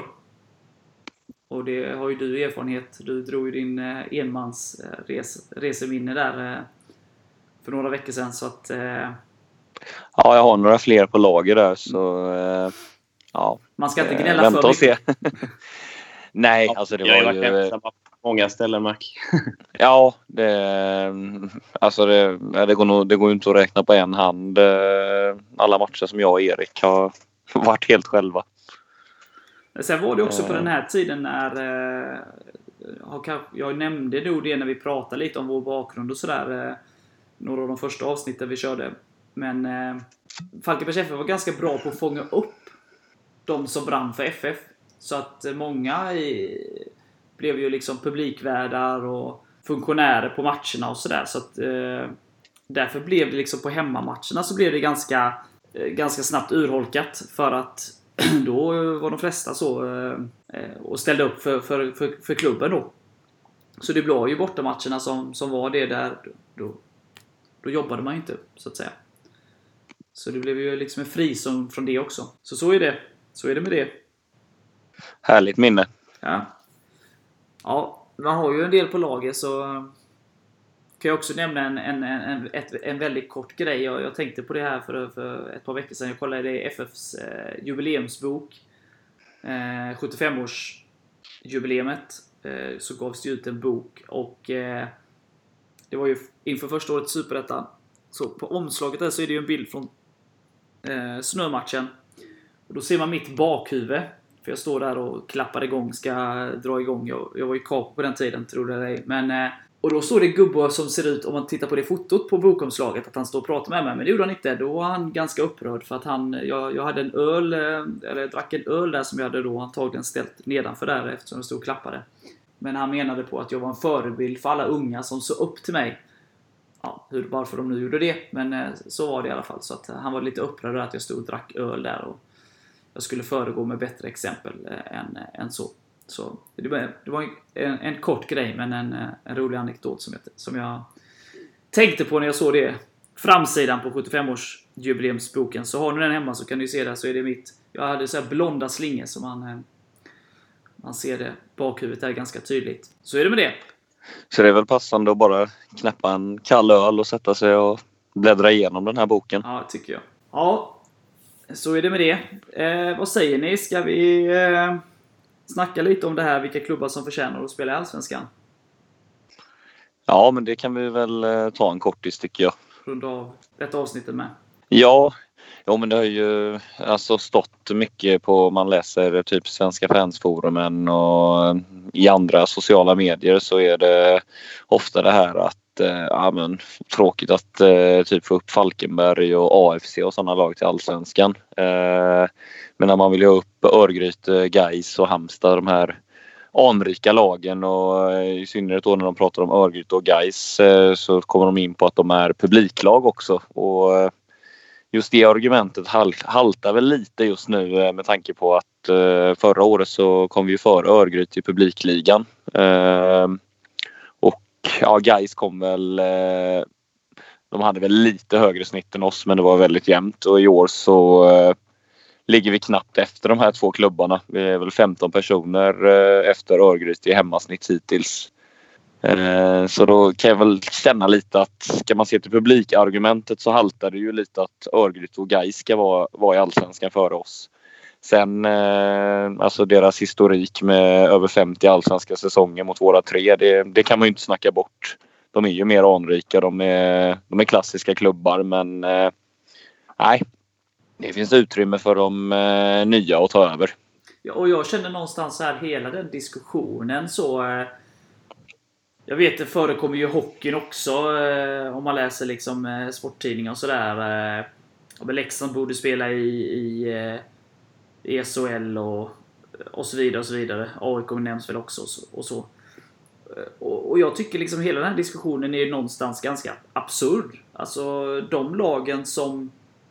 Och det har ju du erfarenhet. Du drog ju din eh, enmans eh, res, reseminne där eh, för några veckor sedan. Så att, eh, ja, jag har några fler på lager där. Så eh, ja. Man ska inte eh, gnälla vänta för och se. mycket. Nej, alltså det jag var har varit ju... ensam på många ställen, Mac. Ja, det, alltså det, det går nog, det går ju inte att räkna på en hand alla matcher som jag och Erik har varit helt själva. Sen var det också på den här tiden när eh, jag nämnde då det när vi pratade lite om vår bakgrund och sådär, eh, några av de första avsnitten vi körde. Men eh, Falkenbergs F F var ganska bra på att fånga upp de som brann för F F. Så att många i, blev ju liksom publikvärdar och funktionärer på matcherna och sådär. Så att eh, därför blev det liksom på hemmamatcherna så blev det ganska, eh, ganska snabbt urholkat. För att då var de flesta så eh, och ställde upp för, för, för, för klubben då. Så det blev ju bortamatcherna som, som var det där. Då, då jobbade man ju inte, så att säga. Så det blev ju liksom en frizon från det också. Så så är det. Så är det med det. Härligt minne. Ja. Ja, man har ju en del på lager, så kan jag också nämna en, en, en, ett, en väldigt kort grej. Jag, jag tänkte på det här för, för ett par veckor sedan. Jag kollade i F Fs eh, jubileumsbok. Eh, sjuttiofem-årsjubileumet eh, så gavs det ut en bok. Och eh, det var ju inför första året Superettan. Så på omslaget där så är det ju en bild från eh, snömatchen. Och då ser man mitt bakhuvud. För jag står där och klappar igång, ska dra igång. Jag, jag var ju kap på den tiden, tror jag det är. Men, eh, och då står det gubbar som ser ut, om man tittar på det fotot på bokomslaget, att han står och pratar med mig. Men det gjorde han inte. Då var han ganska upprörd för att han, jag, jag hade en öl, eh, eller jag drack en öl där som jag hade då antagligen ställt nedanför där eftersom jag stod och klappade. Men han menade på att jag var en förebild för alla unga som såg upp till mig. Ja, hur, varför de nu gjorde det. Men eh, så var det i alla fall. Så att han var lite upprörd att jag stod och drack öl där och jag skulle föregå med bättre exempel eh, än, eh, än så. Så det var, det var en, en kort grej, men en, en rolig anekdot som jag, som jag tänkte på när jag såg det. Framsidan på sjuttiofem-årsjubileumsboken. Så har ni den hemma så kan ni se där, så är det mitt. Jag hade så här blonda slingor som han, eh, Man ser det. Bakhuvudet är ganska tydligt. Så är det med det. Så det är väl passande att bara knäppa en kall öl och sätta sig och bläddra igenom den här boken. Ja, tycker jag. Ja, så är det med det. Eh, vad säger ni? Ska vi eh, snacka lite om det här, vilka klubbar som förtjänar att spela i Allsvenskan? Ja, men det kan vi väl eh, ta en kortis tycker jag. Runda av detta avsnittet med. Ja, ja, men det har ju alltså stått mycket på, man läser typ Svenska fansforumen och i andra sociala medier så är det ofta det här att eh, ja, men, tråkigt att eh, typ få upp Falkenberg och A F C och sådana lag till Allsvenskan. Eh, men när man vill ha upp Örgryte, Gais och Halmstad, de här anrika lagen, och i synnerhet då när de pratar om Örgryte och Gais eh, så kommer de in på att de är publiklag också, och eh, just det argumentet haltar väl lite just nu med tanke på att eh, förra året så kom vi ju före Örgryte i publikligan. Eh, och ja, Gais kom väl... Eh, de hade väl lite högre snitt än oss, men det var väldigt jämnt. Och i år så eh, ligger vi knappt efter de här två klubbarna. Vi är väl femton personer eh, efter Örgryte i hemmasnitt hittills. Så då kan jag väl känna lite att ska man se till publikargumentet så haltar det ju lite att Örgryte och Gais ska vara, vara i Allsvenskan före oss. Sen eh, alltså deras historik med över femtio allsvenska säsonger mot våra tre, det, det kan man ju inte snacka bort. De är ju mer anrika, de är, de är klassiska klubbar, men eh, nej, det finns utrymme för de eh, nya att ta över. Ja, och jag känner någonstans här hela den diskussionen så... Eh... Jag vet, det förekommer ju hockeyn också, eh, om man läser liksom eh, sporttidningar och sådär. Eh, Leksand borde spela i, i eh, E S H L och, och så vidare och så vidare. A I K nämns väl också och så. Och, så. Och, och jag tycker liksom hela den här diskussionen är någonstans ganska absurd. Alltså de lagen som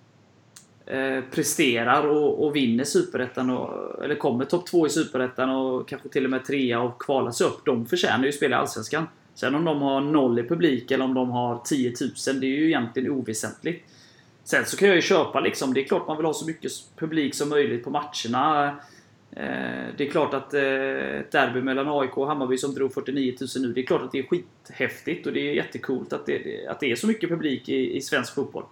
eh, presterar och, och vinner Superettan och, eller kommer topp två i Superettan och kanske till och med trea och kvalar sig upp, de förtjänar ju spela i Allsvenskan. Sen om de har noll i publik eller om de har tio tusen, det är ju egentligen oväsentligt. Sen så kan jag ju köpa liksom, det är klart man vill ha så mycket publik som möjligt på matcherna. Eh, det är klart att eh, ett derby mellan A I K och Hammarby som drog fyrtionio tusen nu, det är klart att det är skithäftigt och det är jättekult att det, att det är så mycket publik i, i svensk fotboll.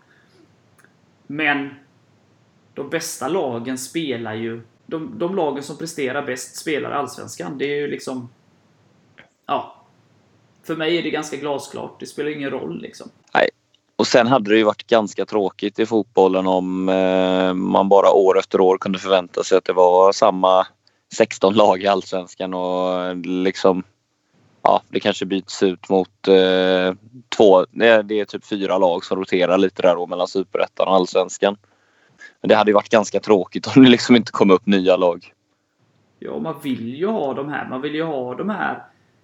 Men de bästa lagen spelar ju, de, de lagen som presterar bäst spelar Allsvenskan. Det är ju liksom, ja, för mig är det ganska glasklart. Det spelar ingen roll liksom. Nej. Och sen hade det ju varit ganska tråkigt i fotbollen om eh, man bara år efter år kunde förvänta sig att det var samma sexton lag i Allsvenskan och liksom, ja, det kanske byts ut mot eh, två, det är, det är typ fyra lag som roterar lite där då mellan Superettan och Allsvenskan. Men det hade ju varit ganska tråkigt om det liksom inte kom upp nya lag. Ja, man vill ju ha de här. Man vill ju ha de här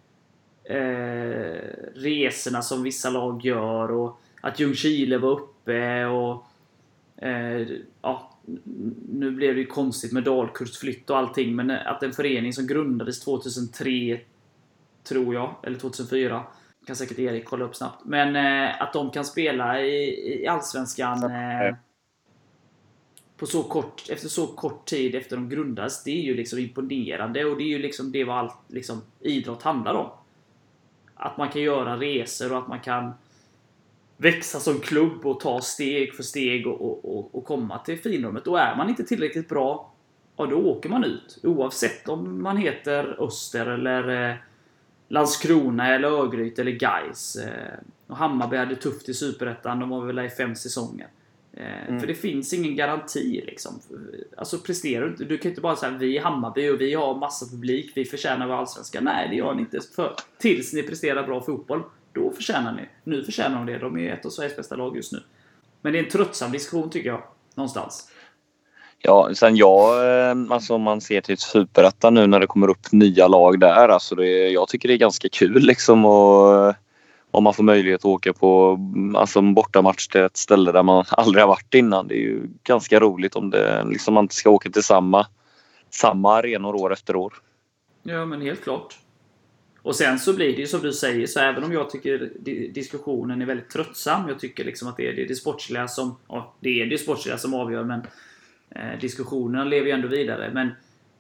eh, resorna som vissa lag gör. Och att Ljungskile var uppe. Och eh, ja, nu blev det ju konstigt med Dalkursflytt och allting. Men att en förening som grundades tjugohundratre, tror jag, eller tjugohundrafyra, kan säkert Erik kolla upp snabbt. Men eh, att de kan spela i, i Allsvenskan... Eh, på så kort, efter så kort tid efter de grundades, det är ju liksom imponerande, och det är ju liksom det vad allt liksom idrott handlar om. Att man kan göra resor och att man kan växa som klubb och ta steg för steg och, och, och, och komma till finrummet. Och är man inte tillräckligt bra, ja, då åker man ut. Oavsett om man heter Öster eller eh, Landskrona eller Örgryte eller Gais. Eh, och Hammarby hade tufft i Superettan, de var väl i fem säsonger. Mm. För det finns ingen garanti liksom. Alltså presterar du inte, du kan inte bara säga vi är Hammarby och vi har massa publik, vi förtjänar vara allsvenska. Nej, det gör ni inte. För tills ni presterar bra fotboll, då förtjänar ni. Nu förtjänar de det, de är ett av Sveriges bästa lag just nu. Men det är en tröttsam diskussion tycker jag, någonstans. Ja, sen jag, alltså om man ser till Superettan nu när det kommer upp nya lag där, alltså det, jag tycker det är ganska kul liksom, och om man får möjlighet att åka på alltså en bortamatch till ett ställe där man aldrig har varit innan. Det är ju ganska roligt om det liksom man inte ska åka till samma, samma arenor år efter år. Ja, men helt klart. Och sen så blir det ju som du säger, så även om jag tycker diskussionen är väldigt tröttsam, jag tycker liksom att det är det, det sportsliga som, ja, det är det sportsliga som avgör, men eh, diskussionen lever ju ändå vidare. Men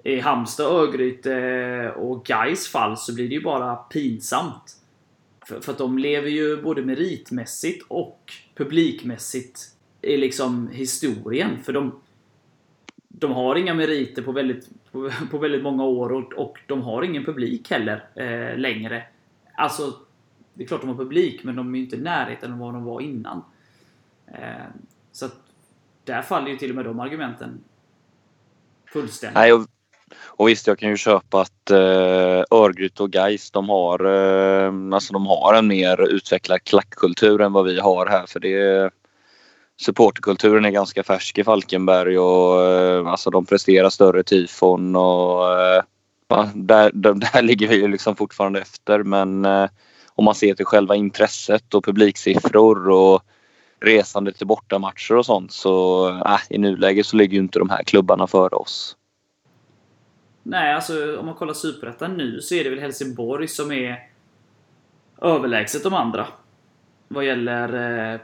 i Halmstad, Örgryte och Gais fall så blir det ju bara pinsamt. För, för att de lever ju både meritmässigt och publikmässigt i liksom historien. För de, de har inga meriter på väldigt, på, på väldigt många år och, och de har ingen publik heller eh, längre. Alltså, det är klart de har publik, men de är ju inte i närheten av vad de var innan. Eh, så att där faller ju till och med de argumenten fullständigt. Nej, och, och visst, jag kan ju köpa att eh, Örgryte och Gais, de har, eh, alltså de har en mer utvecklad klackkultur än vad vi har här. För det supporterkulturen är ganska färsk i Falkenberg och eh, alltså de presterar större tifon och eh, där, där, där ligger vi ju liksom fortfarande efter. Men eh, om man ser till själva intresset och publiksiffror och resande till bortamatcher och sånt, så äh, i nuläget så ligger ju inte de här klubbarna före oss. Nej, alltså om man kollar Superettan nu så är det väl Helsingborg som är överlägset de andra vad gäller eh,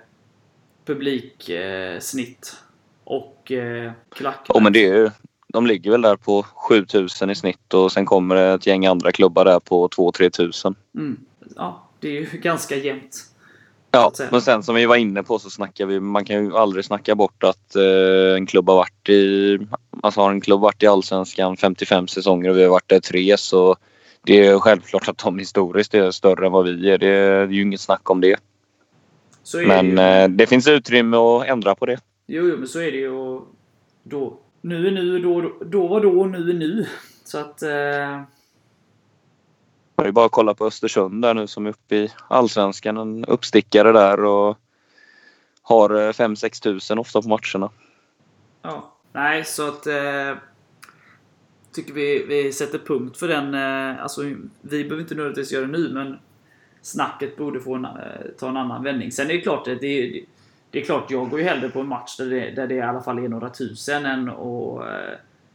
publiksnitt eh, och eh, klack. Ja, men det är ju, de ligger väl där på sjutusen i snitt och sen kommer det ett gäng andra klubbar där på två till tre tusen. Mm. Ja, det är ju ganska jämnt. Ja, men sen som vi var inne på så snackar vi, man kan ju aldrig snacka bort att eh, en klubb har varit i, alltså har en klubb varit i Allsvenskan femtiofem säsonger och vi har varit där tre, så det är självklart att de historiskt är större än vad vi är. Det är ju inget snack om det. Så är men det, ju... eh, det finns utrymme att ändra på det. Jo, jo men så är det ju. Och då, nu är nu, då, då var då och nu är nu. Så att... Eh... Det är bara att kolla på Östersund där nu som är uppe i Allsvenskan. En uppstickare där och har fem sex tusen ofta på matcherna. Ja, nej så att eh, tycker vi, vi sätter punkt för den. Eh, alltså vi behöver inte nödvändigtvis göra det nu, men snacket borde få en, eh, ta en annan vändning. Sen är det klart, det, det, det är klart jag går ju hellre på en match där det, där det i alla fall är några tusen än och eh,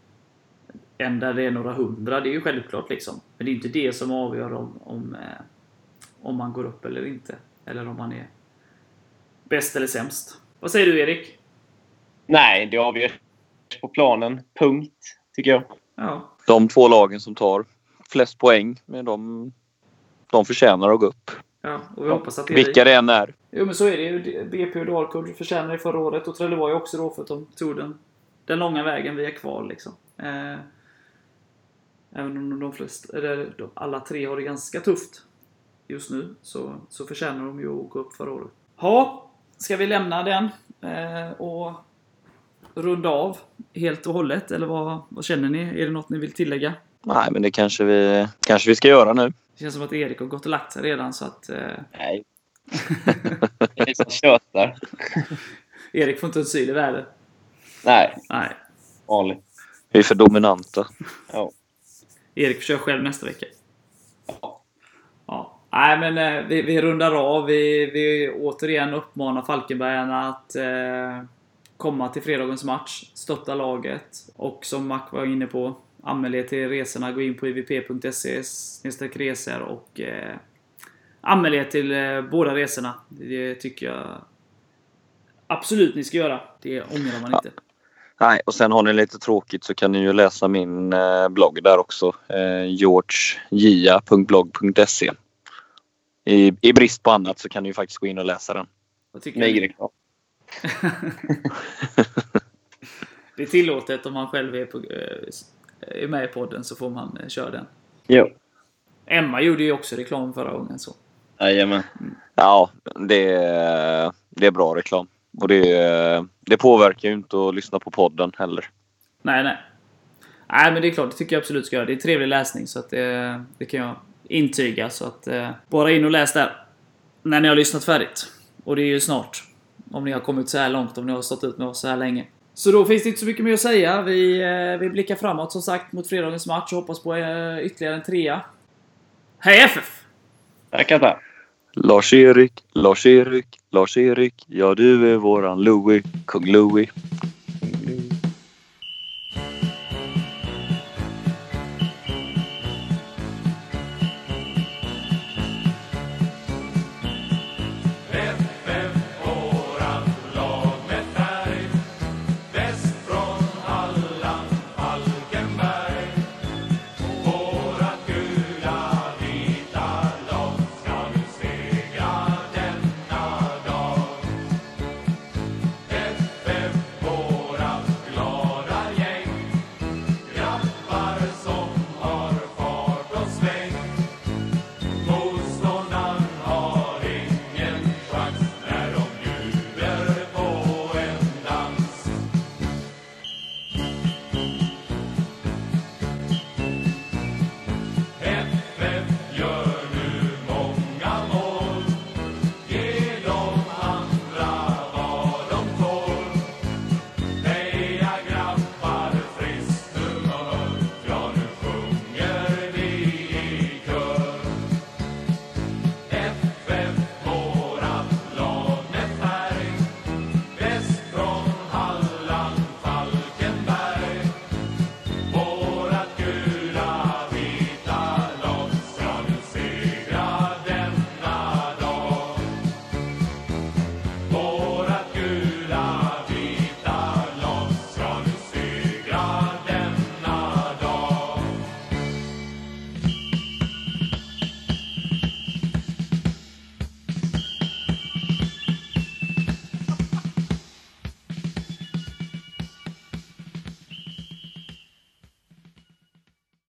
än där det är några hundra, det är ju självklart liksom. Men det är inte det som avgör om, om, eh, om man går upp eller inte. Eller om man är bäst eller sämst. Vad säger du, Erik? Nej, det avgörs på planen. Punkt, tycker jag. Ja. De två lagen som tar flest poäng, med de, de förtjänar att gå upp. Ja, och vi hoppas att det är vilka det än är. Jo, men så är det ju. B P och Dalkurd förtjänar det förra året. Och Trelleborg också då för att de tog den, den långa vägen via kval liksom. Eh, Även om de flesta, eller de, alla tre har det ganska tufft just nu, så, så förtjänar de ju att gå upp förra året. Ja, ska vi lämna den eh, och runda av helt och hållet? Eller vad, vad känner ni? Är det något ni vill tillägga? Nej, men det kanske vi, kanske vi ska göra nu. Det känns som att Erik har gått och lagt sig redan, så att... Eh... Nej. Det är så tjötar. Erik får inte en syl i världen. Nej. Nej. Vanligt. Vi är för dominanta. Ja. Erik kör själv nästa vecka. Ja. Ja. Nej, men eh, vi, vi rundar av. Vi, vi återigen uppmanar Falkenbergarna att eh, komma till fredagens match. Stötta laget. Och som Mac var inne på, anmäl er till resorna. Gå in på i v p punkt se snedstreck resor och eh, anmäl er till eh, båda resorna. Det tycker jag absolut ni ska göra. Det ångrar man inte. Nej, och sen har ni lite tråkigt så kan ni ju läsa min eh, blogg där också. Eh, georgia punkt blogg punkt se. I, I brist på annat så kan ni ju faktiskt gå in och läsa den. Vad tycker ni? Det är tillåtet om man själv är, på, är med i podden, så får man köra den. Jo. Emma gjorde ju också reklam förra gången. Så. Jajamän. Mm. Ja, det, det är bra reklam. Och det, det påverkar ju inte att lyssna på podden heller. Nej, nej. Nej, men det är klart, det tycker jag absolut ska göra. Det är trevlig läsning, så att det, det kan jag intyga. Så att eh, bara in och läs där när ni har lyssnat färdigt. Och det är ju snart, om ni har kommit så här långt, om ni har stått ut med oss så här länge. Så då finns det inte så mycket mer att säga. Vi, eh, vi blickar framåt som sagt mot fredagens match och hoppas på eh, ytterligare en trea. Hej F F! Tackar, tack. Lars-Erik, Lars-Erik, Lars-Erik. Ja, du är våran Louis, kung Louis.